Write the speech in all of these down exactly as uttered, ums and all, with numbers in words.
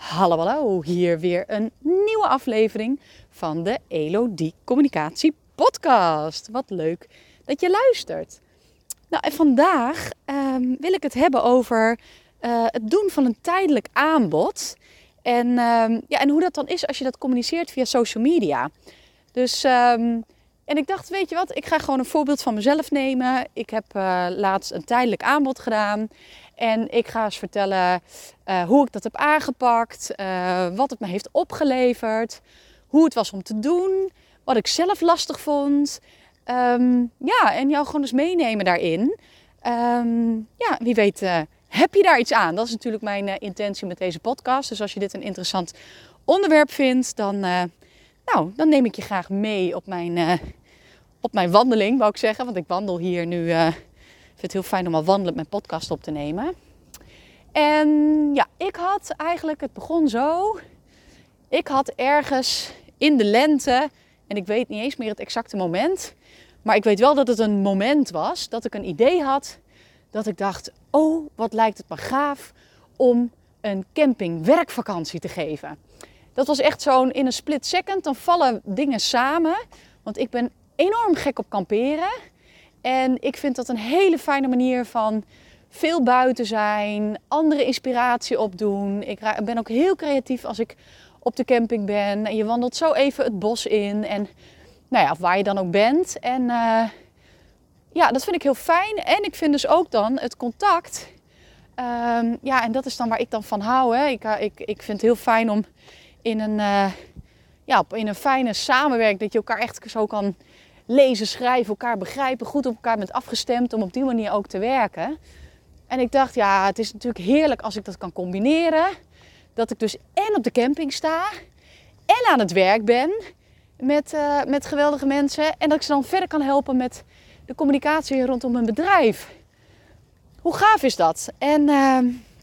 Hallo, hallo, hier weer een nieuwe aflevering van de Elodie Communicatie Podcast. Wat leuk dat je luistert. Nou, en vandaag um, wil ik het hebben over uh, het doen van een tijdelijk aanbod. En, um, ja, en hoe dat dan is als je dat communiceert via social media. Dus, um, en ik dacht, weet je wat, ik ga gewoon een voorbeeld van mezelf nemen. Ik heb uh, laatst een tijdelijk aanbod gedaan. En ik ga eens vertellen uh, hoe ik dat heb aangepakt, uh, wat het me heeft opgeleverd, hoe het was om te doen, wat ik zelf lastig vond. Um, ja, en jou gewoon eens meenemen daarin. Um, ja, wie weet uh, heb je daar iets aan? Dat is natuurlijk mijn uh, intentie met deze podcast. Dus als je dit een interessant onderwerp vindt, dan, uh, nou, dan neem ik je graag mee op mijn, uh, op mijn wandeling, wou ik zeggen. Want ik wandel hier nu... Uh, Ik vind het heel fijn om al wandelend mijn podcast op te nemen. En ja, ik had eigenlijk, het begon zo. Ik had ergens in de lente, en ik weet niet eens meer het exacte moment. Maar ik weet wel dat het een moment was dat ik een idee had. Dat ik dacht, oh wat lijkt het me gaaf om een campingwerkvakantie te geven. Dat was echt zo'n in een split second, dan vallen dingen samen. Want ik ben enorm gek op kamperen. En ik vind dat een hele fijne manier van veel buiten zijn, andere inspiratie opdoen. Ik ben ook heel creatief als ik op de camping ben. En je wandelt zo even het bos in. En nou ja, waar je dan ook bent. En uh, ja, dat vind ik heel fijn. En ik vind dus ook dan het contact. Um, ja, en dat is dan waar ik dan van hou. Hè. Ik, ik, ik vind het heel fijn om in een, uh, ja, in een fijne samenwerking, dat je elkaar echt zo kan... lezen, schrijven, elkaar begrijpen, goed op elkaar bent afgestemd om op die manier ook te werken. En ik dacht, ja, het is natuurlijk heerlijk als ik dat kan combineren. Dat ik dus en op de camping sta en aan het werk ben met, uh, met geweldige mensen. En dat ik ze dan verder kan helpen met de communicatie rondom mijn bedrijf. Hoe gaaf is dat? En, uh,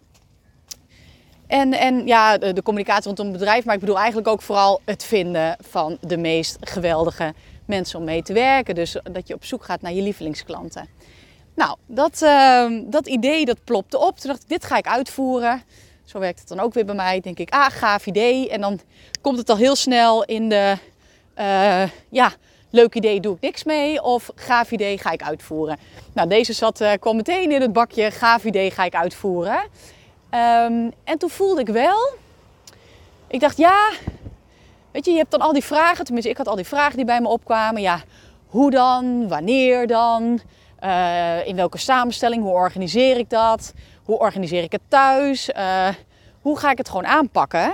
en, en ja, de, de communicatie rondom het bedrijf, maar ik bedoel eigenlijk ook vooral het vinden van de meest geweldige mensen om mee te werken. Dus dat je op zoek gaat naar je lievelingsklanten. Nou, dat, uh, dat idee dat plopte op. Toen dacht ik, dit ga ik uitvoeren. Zo werkt het dan ook weer bij mij. Denk ik, ah, gaaf idee. En dan komt het al heel snel in de... Uh, ja, leuk idee, doe ik niks mee. Of gaaf idee, ga ik uitvoeren. Nou, deze zat, uh, kwam meteen in het bakje. Gaaf idee, ga ik uitvoeren. Um, en toen voelde ik wel... Ik dacht, ja... Weet je, je hebt dan al die vragen, tenminste ik had al die vragen die bij me opkwamen. Ja, hoe dan? Wanneer dan? Uh, in welke samenstelling? Hoe organiseer ik dat? Hoe organiseer ik het thuis? Uh, hoe ga ik het gewoon aanpakken?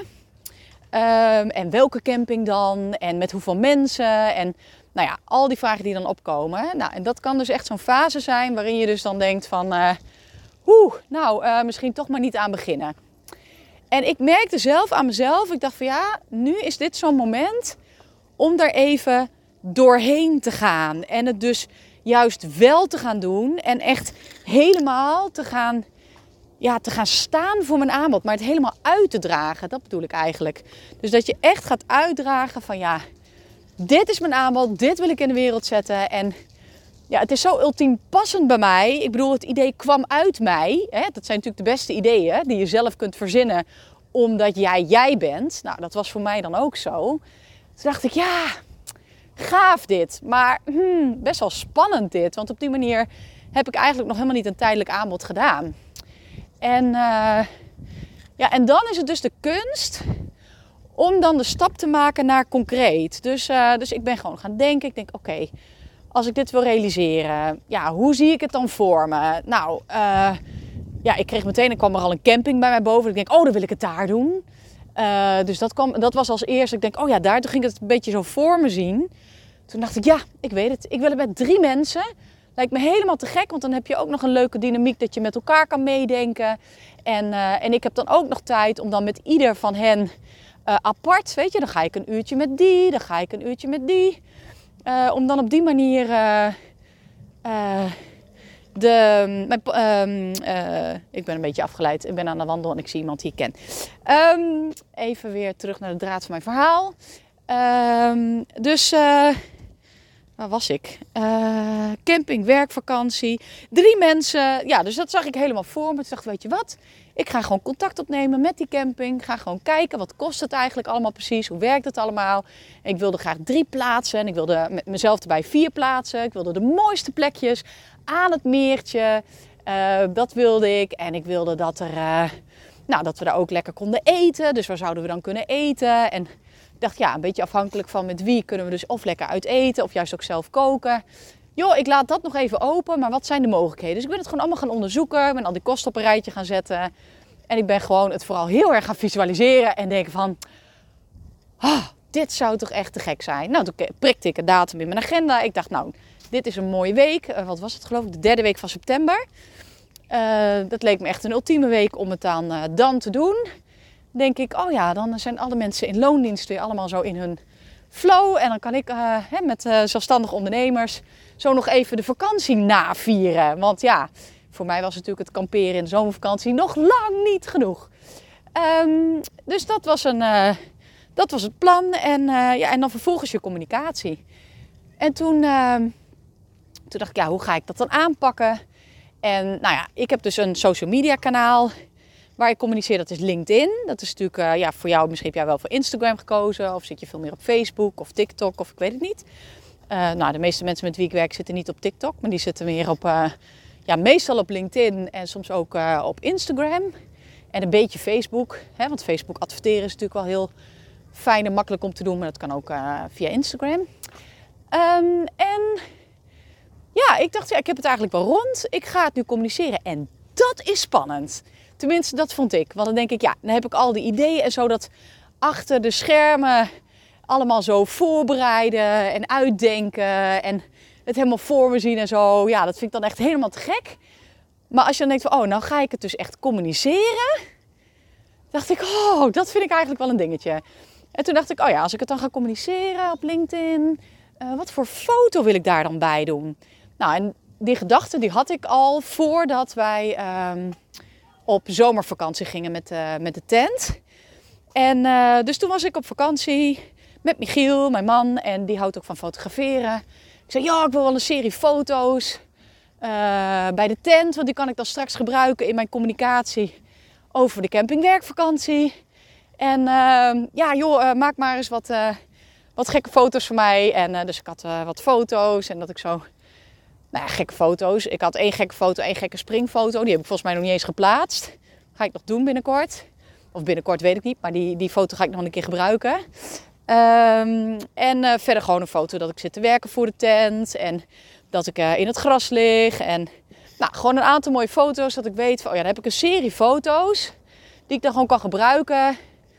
Uh, en welke camping dan? En met hoeveel mensen? En nou ja, al die vragen die dan opkomen. Nou, en dat kan dus echt zo'n fase zijn waarin je dus dan denkt van... Uh, Oeh, nou, uh, misschien toch maar niet aan beginnen. En ik merkte zelf aan mezelf, ik dacht van ja, nu is dit zo'n moment om daar even doorheen te gaan. En het dus juist wel te gaan doen en echt helemaal te gaan, ja, te gaan staan voor mijn aanbod. Maar het helemaal uit te dragen, dat bedoel ik eigenlijk. Dus dat je echt gaat uitdragen van ja, dit is mijn aanbod, dit wil ik in de wereld zetten. En ja, het is zo ultiem passend bij mij. Ik bedoel, het idee kwam uit mij. Hè? Dat zijn natuurlijk de beste ideeën die je zelf kunt verzinnen omdat jij jij bent. Nou, dat was voor mij dan ook zo. Toen dacht ik, ja, gaaf dit. Maar hmm, best wel spannend dit. Want op die manier heb ik eigenlijk nog helemaal niet een tijdelijk aanbod gedaan. En, uh, ja, en dan is het dus de kunst om dan de stap te maken naar concreet. Dus, uh, dus ik ben gewoon gaan denken. Ik denk, oké. Okay, als ik dit wil realiseren, ja, hoe zie ik het dan voor me? Nou, uh, ja, ik kreeg meteen, er kwam er al een camping bij mij boven. Ik denk, oh, dan wil ik het daar doen. Uh, dus dat, kwam, dat was als eerste. Ik denk, oh ja, daar. Toen ging ik het een beetje zo voor me zien. Toen dacht ik, ja, ik weet het. Ik wil het met drie mensen. Lijkt me helemaal te gek, want dan heb je ook nog een leuke dynamiek dat je met elkaar kan meedenken. En, uh, en ik heb dan ook nog tijd om dan met ieder van hen uh, apart, weet je, dan ga ik een uurtje met die, dan ga ik een uurtje met die. Uh, om dan op die manier uh, uh, de... Mijn, uh, uh, ik ben een beetje afgeleid. Ik ben aan de wandel en ik zie iemand die ik ken. Um, even weer terug naar de draad van mijn verhaal. Um, dus... Uh, waar was ik? Uh, camping, werkvakantie. Drie mensen. Ja, dus dat zag ik helemaal voor me. Toen dacht ik, weet je wat? Ik ga gewoon contact opnemen met die camping. Ik ga gewoon kijken, wat kost het eigenlijk allemaal precies? Hoe werkt het allemaal? Ik wilde graag drie plaatsen. En ik wilde met mezelf erbij vier plaatsen. Ik wilde de mooiste plekjes aan het meertje. Uh, dat wilde ik. En ik wilde dat, er, uh, nou, dat we daar ook lekker konden eten. Dus waar zouden we dan kunnen eten? En ik dacht, ja, een beetje afhankelijk van met wie kunnen we dus of lekker uit eten. Of juist ook zelf koken. Joh, ik laat dat nog even open, maar wat zijn de mogelijkheden? Dus ik ben het gewoon allemaal gaan onderzoeken. Ik ben al die kosten op een rijtje gaan zetten. En ik ben gewoon het vooral heel erg gaan visualiseren. En denken van, oh, dit zou toch echt te gek zijn. Nou, toen prikte ik een datum in mijn agenda. Ik dacht, nou, dit is een mooie week. Uh, wat was het geloof ik? De derde week van september. Uh, dat leek me echt een ultieme week om het dan, uh, dan te doen. Denk ik, oh ja, dan zijn alle mensen in loondienst weer allemaal zo in hun flow. En dan kan ik uh, hè, met uh, zelfstandige ondernemers zo nog even de vakantie navieren. Want ja, voor mij was natuurlijk het kamperen in de zomervakantie nog lang niet genoeg. Um, dus dat was, een, uh, dat was het plan. En, uh, ja, en dan vervolgens je communicatie. En toen, uh, toen dacht ik, ja, hoe ga ik dat dan aanpakken? En nou ja, ik heb dus een social media kanaal waar ik communiceer. Dat is LinkedIn. Dat is natuurlijk, uh, ja, voor jou, misschien heb jij wel voor Instagram gekozen. Of zit je veel meer op Facebook of TikTok of ik weet het niet. Uh, nou, de meeste mensen met wie ik werk zitten niet op TikTok. Maar die zitten meer op, uh, ja, meestal op LinkedIn en soms ook uh, op Instagram. En een beetje Facebook. Hè, want Facebook adverteren is natuurlijk wel heel fijn en makkelijk om te doen. Maar dat kan ook uh, via Instagram. Um, en ja, ik dacht, ja, ik heb het eigenlijk wel rond. Ik ga het nu communiceren. En dat is spannend. Tenminste, dat vond ik. Want dan denk ik, ja, dan heb ik al die ideeën en zo dat achter de schermen allemaal zo voorbereiden en uitdenken en het helemaal voor me zien en zo. Ja, dat vind ik dan echt helemaal te gek. Maar als je dan denkt van, oh, nou ga ik het dus echt communiceren. Dacht ik, oh, dat vind ik eigenlijk wel een dingetje. En toen dacht ik, oh ja, als ik het dan ga communiceren op LinkedIn, uh, wat voor foto wil ik daar dan bij doen? Nou, en die gedachte die had ik al voordat wij um, op zomervakantie gingen met, uh, met de tent. En uh, dus toen was ik op vakantie met Michiel, mijn man, en die houdt ook van fotograferen. Ik zei, ja, ik wil wel een serie foto's uh, bij de tent, want die kan ik dan straks gebruiken in mijn communicatie over de campingwerkvakantie. En uh, ja, joh, uh, maak maar eens wat, uh, wat gekke foto's voor mij. En uh, dus ik had uh, wat foto's en dat ik zo, nou ja, gekke foto's. Ik had één gekke foto, één gekke springfoto. Die heb ik volgens mij nog niet eens geplaatst. Ga ik nog doen binnenkort. Of binnenkort weet ik niet, maar die, die foto ga ik nog een keer gebruiken. Um, en uh, verder gewoon een foto dat ik zit te werken voor de tent. En dat ik uh, in het gras lig. En nou, gewoon een aantal mooie foto's dat ik weet van, oh ja, dan heb ik een serie foto's die ik dan gewoon kan gebruiken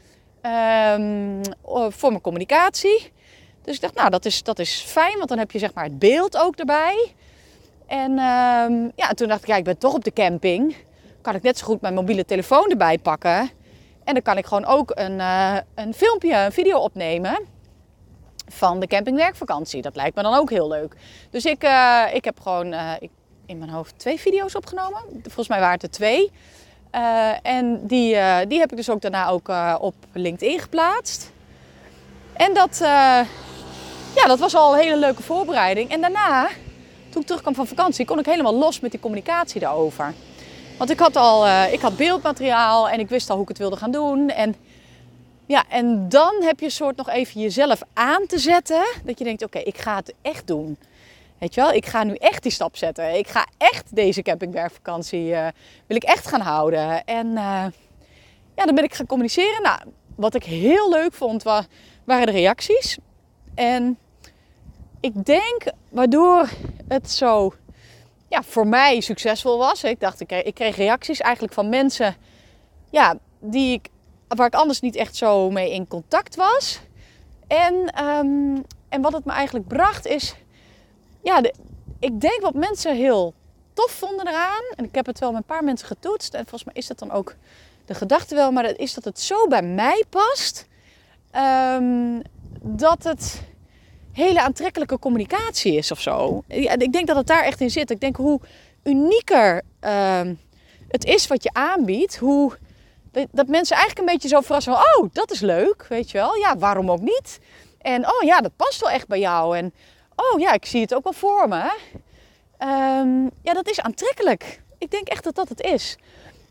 um, voor mijn communicatie. Dus ik dacht, nou, dat is, dat is fijn, want dan heb je zeg maar het beeld ook erbij. En um, ja, toen dacht ik, ja, ik ben toch op de camping. Kan ik net zo goed mijn mobiele telefoon erbij pakken. En dan kan ik gewoon ook een, uh, een filmpje, een video opnemen van de campingwerkvakantie. Dat lijkt me dan ook heel leuk. Dus ik, uh, ik heb gewoon uh, ik, in mijn hoofd twee video's opgenomen. Volgens mij waren het er twee. Uh, en die, uh, die heb ik dus ook daarna ook uh, op LinkedIn geplaatst. En dat, uh, ja, dat was al een hele leuke voorbereiding. En daarna, toen ik terugkwam van vakantie, kon ik helemaal los met die communicatie daarover. Want ik had al uh, ik had beeldmateriaal en ik wist al hoe ik het wilde gaan doen. En, ja, en dan heb je een soort nog even jezelf aan te zetten. Dat je denkt, oké, okay, ik ga het echt doen. Weet je wel, ik ga nu echt die stap zetten. Ik ga echt deze campingwerkvakantie, uh, wil ik echt gaan houden. En uh, ja, dan ben ik gaan communiceren. Nou, wat ik heel leuk vond, wa- waren de reacties. En ik denk, waardoor het zo, ja, voor mij succesvol was. Ik dacht, ik kreeg, ik kreeg reacties eigenlijk van mensen, ja, die ik, waar ik anders niet echt zo mee in contact was. En, um, en wat het me eigenlijk bracht is, ja, de, ik denk wat mensen heel tof vonden eraan. En ik heb het wel met een paar mensen getoetst. En volgens mij is dat dan ook de gedachte wel. Maar dat is dat het zo bij mij past. Um, dat het hele aantrekkelijke communicatie is of zo. Ja, ik denk dat het daar echt in zit. Ik denk hoe unieker um, het is wat je aanbiedt. Hoe, dat, dat mensen eigenlijk een beetje zo verrassen van, oh, dat is leuk, weet je wel. Ja, waarom ook niet? En oh ja, dat past wel echt bij jou. En oh ja, ik zie het ook wel voor me. Um, ja, dat is aantrekkelijk. Ik denk echt dat dat het is.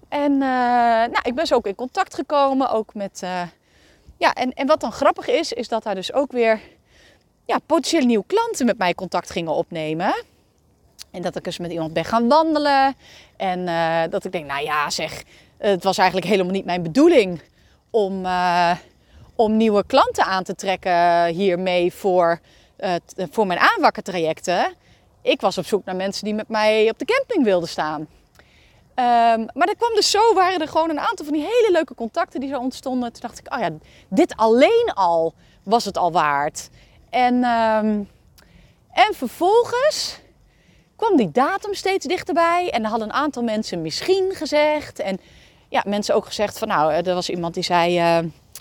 En uh, nou, ik ben zo ook in contact gekomen. Ook met, uh, ja, en, en wat dan grappig is, is dat daar dus ook weer ja, potentiële nieuwe klanten met mij contact gingen opnemen. En dat ik eens met iemand ben gaan wandelen. En uh, dat ik denk, nou ja zeg, het was eigenlijk helemaal niet mijn bedoeling om, uh, om nieuwe klanten aan te trekken hiermee voor, uh, t- voor mijn aanwakkertrajecten. Ik was op zoek naar mensen die met mij op de camping wilden staan. Um, maar er kwam dus zo, waren er gewoon een aantal van die hele leuke contacten die zo ontstonden. Toen dacht ik, oh ja, dit alleen al was het al waard. En, um, en vervolgens kwam die datum steeds dichterbij. En er hadden een aantal mensen misschien gezegd. En ja, mensen ook gezegd van, nou, er was iemand die zei, uh,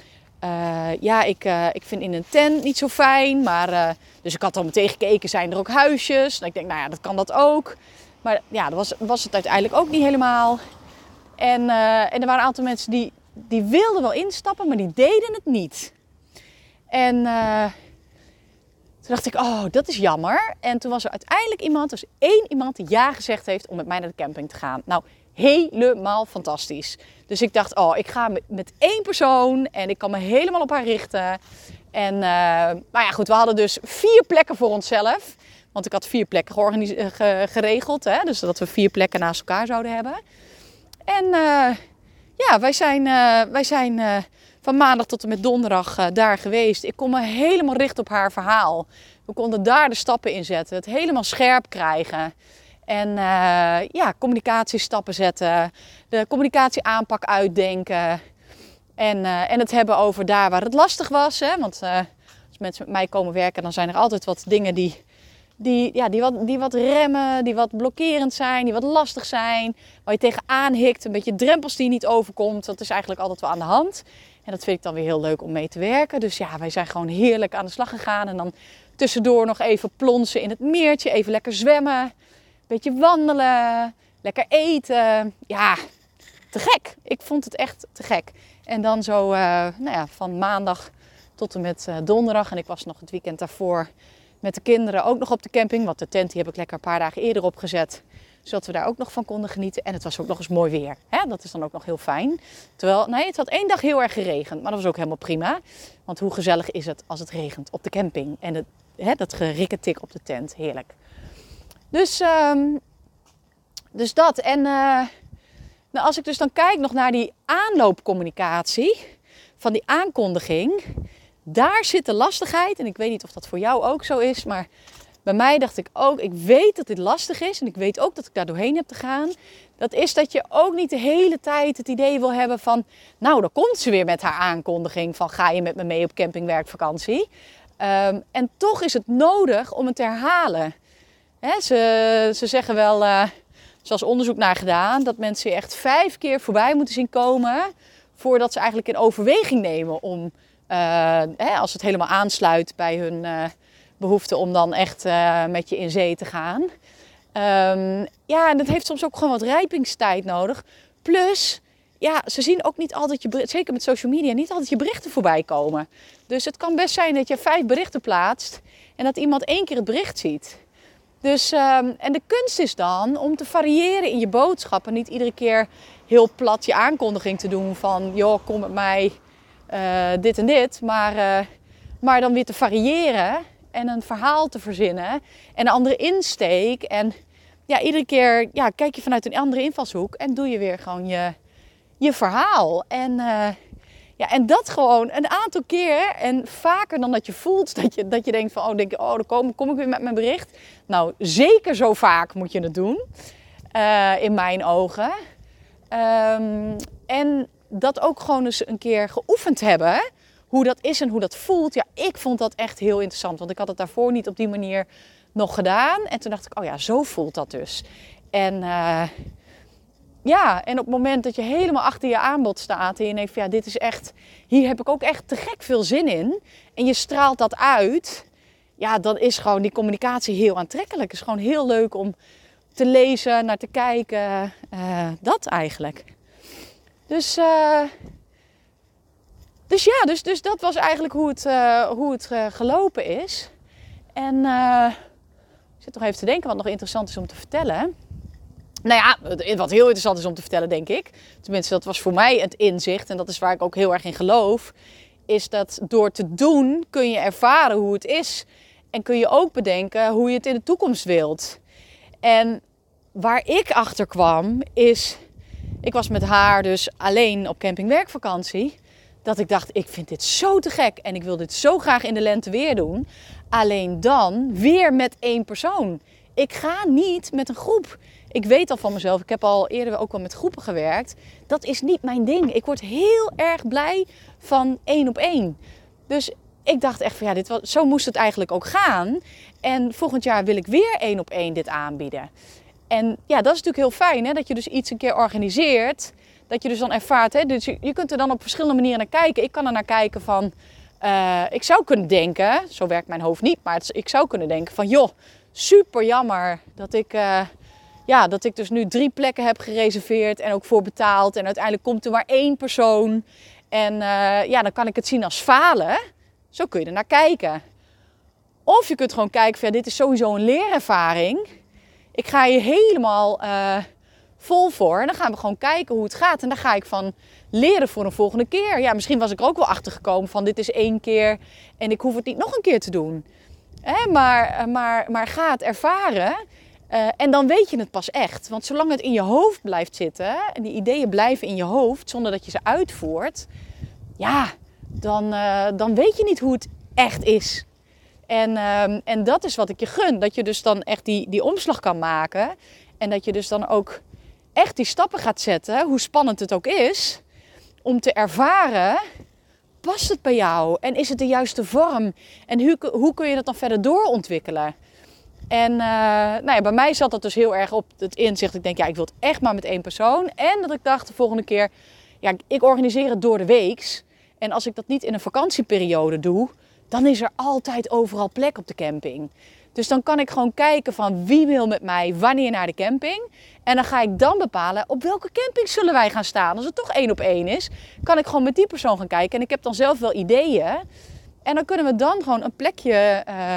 uh, ja, ik, uh, ik vind in een tent niet zo fijn. Maar, uh, dus ik had al meteen gekeken, zijn er ook huisjes? En ik denk, nou ja, dat kan dat ook. Maar ja, dat was, was het uiteindelijk ook niet helemaal. En, uh, en er waren een aantal mensen die, die wilden wel instappen, maar die deden het niet. En uh, toen dacht ik, oh, dat is jammer. En toen was er uiteindelijk iemand, dus één iemand die ja gezegd heeft om met mij naar de camping te gaan. Nou, helemaal fantastisch. Dus ik dacht, oh, ik ga met, met één persoon en ik kan me helemaal op haar richten. En, uh, maar ja, goed, we hadden dus vier plekken voor onszelf. Want ik had vier plekken georganise- ge- geregeld. Hè? Dus dat we vier plekken naast elkaar zouden hebben. En uh, ja, wij zijn, uh, wij zijn uh, van maandag tot en met donderdag uh, daar geweest. Ik kon me helemaal richten op haar verhaal. We konden daar de stappen in zetten. Het helemaal scherp krijgen. En uh, ja, communicatiestappen zetten. De communicatieaanpak uitdenken. En, uh, en het hebben over daar waar het lastig was. Hè? Want uh, als mensen met mij komen werken, dan zijn er altijd wat dingen die... Die, ja, die, wat, die wat remmen, die wat blokkerend zijn, die wat lastig zijn. Waar je tegenaan hikt, een beetje drempels die je niet overkomt. Dat is eigenlijk altijd wel aan de hand. En dat vind ik dan weer heel leuk om mee te werken. Dus ja, wij zijn gewoon heerlijk aan de slag gegaan. En dan tussendoor nog even plonsen in het meertje. Even lekker zwemmen. Een beetje wandelen. Lekker eten. Ja, te gek. Ik vond het echt te gek. En dan zo uh, nou ja, van maandag tot en met uh, donderdag. En ik was nog het weekend daarvoor... met de kinderen ook nog op de camping. Want de tent die heb ik lekker een paar dagen eerder opgezet. Zodat we daar ook nog van konden genieten. En het was ook nog eens mooi weer. Hè? Dat is dan ook nog heel fijn. Terwijl, nee, het had één dag heel erg geregend. Maar dat was ook helemaal prima. Want hoe gezellig is het als het regent op de camping. En het, hè, dat gerikketik op de tent. Heerlijk. Dus, um, dus dat. En uh, nou, als ik dus dan kijk nog naar die aanloopcommunicatie. Van die aankondiging... Daar zit de lastigheid. En ik weet niet of dat voor jou ook zo is. Maar bij mij dacht ik ook, ik weet dat dit lastig is. En ik weet ook dat ik daar doorheen heb te gaan. Dat is dat je ook niet de hele tijd het idee wil hebben van... Nou, dan komt ze weer met haar aankondiging van ga je met me mee op campingwerkvakantie. Um, en toch is het nodig om het te herhalen. Hè, ze, ze zeggen wel, uh, zoals onderzoek naar gedaan... dat mensen je echt vijf keer voorbij moeten zien komen... voordat ze eigenlijk in overweging nemen om... Uh, hè, als het helemaal aansluit bij hun uh, behoefte om dan echt uh, met je in zee te gaan. Um, ja, en dat heeft soms ook gewoon wat rijpingstijd nodig. Plus, ja, ze zien ook niet altijd je berichten, zeker met social media, niet altijd je berichten voorbij komen. Dus het kan best zijn dat je vijf berichten plaatst en dat iemand één keer het bericht ziet. Dus, um, en de kunst is dan om te variëren in je boodschappen. Niet iedere keer heel plat je aankondiging te doen van, joh, kom met mij... Uh, dit en dit, maar, uh, maar dan weer te variëren en een verhaal te verzinnen en een andere insteek. En ja, iedere keer ja, kijk je vanuit een andere invalshoek en doe je weer gewoon je, je verhaal. En, uh, ja, en dat gewoon een aantal keer en vaker dan dat je voelt dat je, dat je denkt van, oh, denk je, oh dan kom, kom ik weer met mijn bericht. Nou, zeker zo vaak moet je het doen, uh, in mijn ogen. Um, en dat ook gewoon eens een keer geoefend hebben. Hoe dat is en hoe dat voelt. Ja, ik vond dat echt heel interessant. Want ik had het daarvoor niet op die manier nog gedaan. En toen dacht ik, oh ja, zo voelt dat dus. En uh, ja, en op het moment dat je helemaal achter je aanbod staat. En je denkt van ja, dit is echt... Hier heb ik ook echt te gek veel zin in. En je straalt dat uit. Ja, dan is gewoon die communicatie heel aantrekkelijk. Het is gewoon heel leuk om te lezen, naar te kijken. Uh, dat eigenlijk. Dus, uh, dus ja, dus, dus dat was eigenlijk hoe het, uh, hoe het uh, gelopen is. En uh, ik zit nog even te denken wat nog interessant is om te vertellen. Nou ja, wat heel interessant is om te vertellen, denk ik. Tenminste, dat was voor mij het inzicht. En dat is waar ik ook heel erg in geloof. Is dat door te doen kun je ervaren hoe het is. En kun je ook bedenken hoe je het in de toekomst wilt. En waar ik achter kwam is... Ik was met haar dus alleen op campingwerkvakantie. Dat ik dacht, ik vind dit zo te gek. En ik wil dit zo graag in de lente weer doen. Alleen dan weer met één persoon. Ik ga niet met een groep. Ik weet al van mezelf, ik heb al eerder ook wel met groepen gewerkt. Dat is niet mijn ding. Ik word heel erg blij van één op één. Dus ik dacht echt van ja, dit was, zo moest het eigenlijk ook gaan. En volgend jaar wil ik weer één op één dit aanbieden. En ja, dat is natuurlijk heel fijn, hè? Dat je dus iets een keer organiseert. Dat je dus dan ervaart, hè? Dus je, je kunt er dan op verschillende manieren naar kijken. Ik kan er naar kijken van, uh, ik zou kunnen denken, zo werkt mijn hoofd niet, maar het, ik zou kunnen denken van joh, super jammer dat ik, uh, ja, dat ik dus nu drie plekken heb gereserveerd en ook voor betaald. En uiteindelijk komt er maar één persoon. En uh, ja, dan kan ik het zien als falen. Zo kun je er naar kijken. Of je kunt gewoon kijken van ja, dit is sowieso een leerervaring. Ik ga hier helemaal uh, vol voor. En dan gaan we gewoon kijken hoe het gaat. En daar ga ik van leren voor een volgende keer. Ja, misschien was ik er ook wel achter gekomen van dit is één keer. En ik hoef het niet nog een keer te doen. Hè, maar, maar, maar ga het ervaren. Uh, en dan weet je het pas echt. Want zolang het in je hoofd blijft zitten. En die ideeën blijven in je hoofd. Zonder dat je ze uitvoert. Ja, dan, uh, dan weet je niet hoe het echt is. En, um, en dat is wat ik je gun. Dat je dus dan echt die, die omslag kan maken. En dat je dus dan ook echt die stappen gaat zetten. Hoe spannend het ook is. Om te ervaren. Past het bij jou? En is het de juiste vorm? En hoe, hoe kun je dat dan verder doorontwikkelen? En uh, nou ja, bij mij zat dat dus heel erg op het inzicht. Ik denk, ja, ik wil het echt maar met één persoon. En dat ik dacht de volgende keer. Ja, ik organiseer het door de weeks. En als ik dat niet in een vakantieperiode doe. Dan is er altijd overal plek op de camping. Dus dan kan ik gewoon kijken van wie wil met mij wanneer naar de camping. En dan ga ik dan bepalen op welke camping zullen wij gaan staan. Als het toch één op één is, kan ik gewoon met die persoon gaan kijken. En ik heb dan zelf wel ideeën. En dan kunnen we dan gewoon een plekje uh,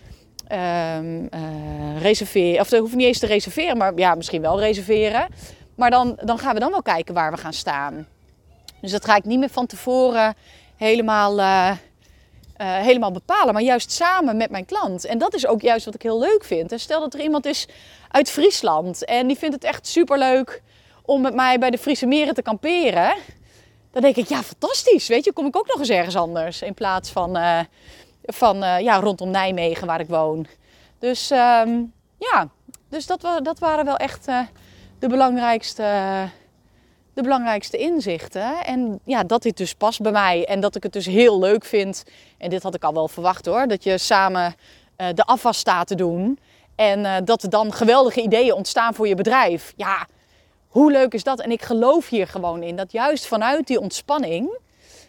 uh, uh, reserveren. Of dat hoef je niet eens te reserveren, maar ja, misschien wel reserveren. Maar dan, dan gaan we dan wel kijken waar we gaan staan. Dus dat ga ik niet meer van tevoren helemaal... Uh, Uh, helemaal bepalen, maar juist samen met mijn klant. En dat is ook juist wat ik heel leuk vind. En stel dat er iemand is uit Friesland en die vindt het echt superleuk om met mij bij de Friese meren te kamperen. Dan denk ik, ja, fantastisch. Weet je, kom ik ook nog eens ergens anders in plaats van, uh, van uh, ja, rondom Nijmegen waar ik woon. Dus um, ja, dus dat, wa- dat waren wel echt uh, de belangrijkste... Uh, De belangrijkste inzichten. En ja, dat dit dus past bij mij. En dat ik het dus heel leuk vind. En dit had ik al wel verwacht hoor. Dat je samen uh, de afwas staat te doen. En uh, dat er dan geweldige ideeën ontstaan voor je bedrijf. Ja, hoe leuk is dat? En ik geloof hier gewoon in. Dat juist vanuit die ontspanning.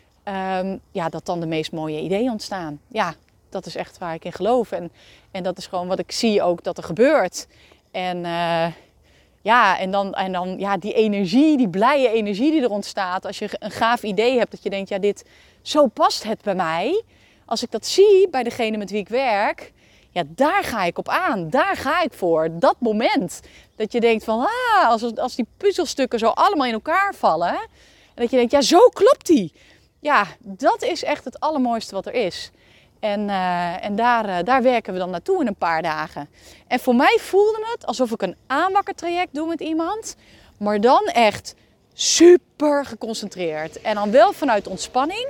Um, ja, dat dan de meest mooie ideeën ontstaan. Ja, dat is echt waar ik in geloof. En, en dat is gewoon wat ik zie ook dat er gebeurt. En... Uh, Ja, en dan, en dan ja, die energie, die blije energie die er ontstaat. Als je een gaaf idee hebt dat je denkt, ja, dit, zo past het bij mij. Als ik dat zie bij degene met wie ik werk, ja, daar ga ik op aan. Daar ga ik voor. Dat moment. Dat je denkt van, ah, als, als die puzzelstukken zo allemaal in elkaar vallen. En dat je denkt, ja, zo klopt die. Ja, dat is echt het allermooiste wat er is. En, uh, en daar, uh, daar werken we dan naartoe in een paar dagen. En voor mij voelde het alsof ik een aanwakkertraject doe met iemand. Maar dan echt super geconcentreerd. En dan wel vanuit ontspanning.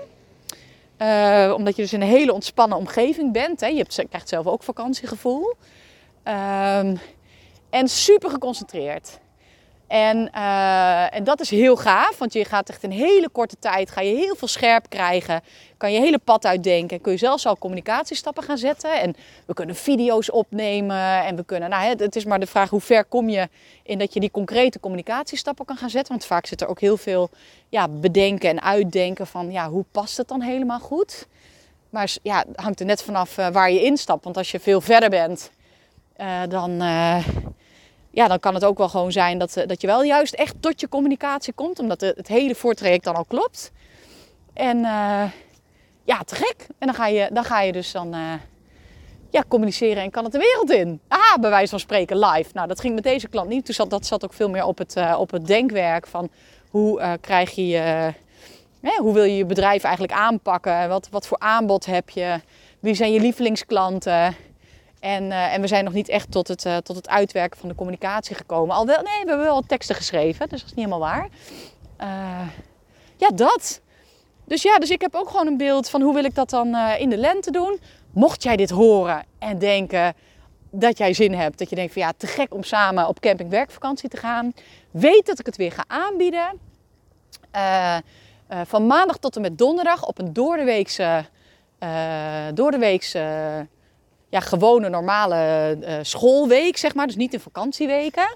Uh, omdat je dus in een hele ontspannen omgeving bent. Hè. Je hebt, krijgt zelf ook vakantiegevoel. Uh, en super geconcentreerd. En, uh, en dat is heel gaaf, want je gaat echt in hele korte tijd ga je heel veel scherp krijgen. Kan je hele pad uitdenken. Kun je zelfs al communicatiestappen gaan zetten. En we kunnen video's opnemen. En we kunnen, nou, het is maar de vraag hoe ver kom je in dat je die concrete communicatiestappen kan gaan zetten. Want vaak zit er ook heel veel ja, bedenken en uitdenken van ja, hoe past het dan helemaal goed. Maar ja, het hangt er net vanaf uh, waar je instapt. Want als je veel verder bent, uh, dan... Uh, Ja, dan kan het ook wel gewoon zijn dat, dat je wel juist echt tot je communicatie komt. Omdat de, het hele voortraject dan al klopt. En uh, ja, te gek. En dan ga je, dan ga je dus dan uh, ja, communiceren en kan het de wereld in. Aha, bij wijze van spreken live. Nou, dat ging met deze klant niet. Dus dat, dat zat ook veel meer op het, uh, op het denkwerk van hoe uh, krijg je je... Uh, hoe wil je je bedrijf eigenlijk aanpakken? Wat, wat voor aanbod heb je? Wie zijn je lievelingsklanten? En, uh, en we zijn nog niet echt tot het, uh, tot het uitwerken van de communicatie gekomen. Al wel, nee, we hebben wel teksten geschreven, dus dat is niet helemaal waar. Uh, ja, dat. Dus ja, dus ik heb ook gewoon een beeld van hoe wil ik dat dan uh, in de lente doen. Mocht jij dit horen en denken dat jij zin hebt, dat je denkt van ja, te gek om samen op camping-werkvakantie te gaan. Weet dat ik het weer ga aanbieden. Uh, uh, van maandag tot en met donderdag op een doordeweekse, uh, doordeweekse uh, ja, gewone normale uh, schoolweek, zeg maar. Dus niet in vakantieweken.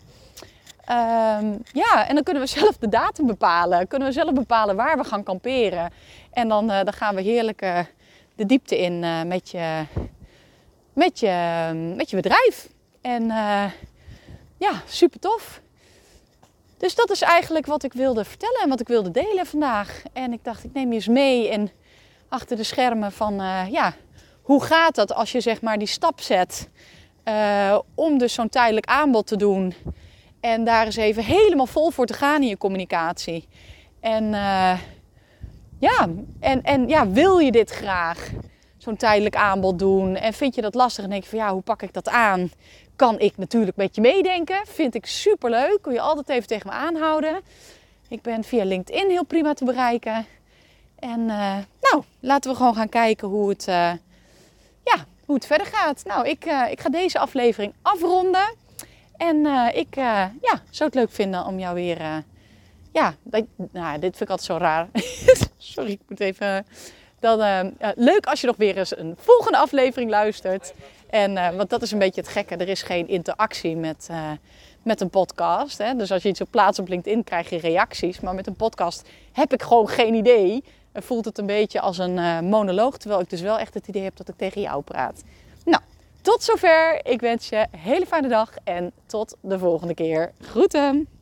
Um, ja, en dan kunnen we zelf de datum bepalen. Kunnen we zelf bepalen waar we gaan kamperen. En dan, uh, dan gaan we heerlijk uh, de diepte in uh, met, je, met, je, met je bedrijf. En uh, ja, super tof. Dus dat is eigenlijk wat ik wilde vertellen en wat ik wilde delen vandaag. En ik dacht, ik neem je eens mee en achter de schermen van, uh, ja, hoe gaat dat als je zeg maar die stap zet uh, om dus zo'n tijdelijk aanbod te doen. En daar eens even helemaal vol voor te gaan in je communicatie. En uh, ja, en, en ja, wil je dit graag, zo'n tijdelijk aanbod doen? En vind je dat lastig en denk je van ja, hoe pak ik dat aan? Kan ik natuurlijk met je meedenken. Vind ik superleuk. Kun je altijd even tegen me aanhouden. Ik ben via LinkedIn heel prima te bereiken. En uh, nou, laten we gewoon gaan kijken hoe het, uh, ja, hoe het verder gaat. Nou, ik, uh, ik ga deze aflevering afronden. En uh, ik uh, ja, zou het leuk vinden om jou weer... Uh, ja, dat, nou, dit vind ik altijd zo raar. Sorry, ik moet even... Dan, uh, uh, leuk als je nog weer eens een volgende aflevering luistert. En, uh, want dat is een beetje het gekke. Er is geen interactie met, uh, met een podcast. Hè? Dus als je iets op plaatst op LinkedIn, krijg je reacties. Maar met een podcast heb ik gewoon geen idee. En voelt het een beetje als een uh, monoloog. Terwijl ik dus wel echt het idee heb dat ik tegen jou praat. Nou, tot zover. Ik wens je een hele fijne dag. En tot de volgende keer. Groeten!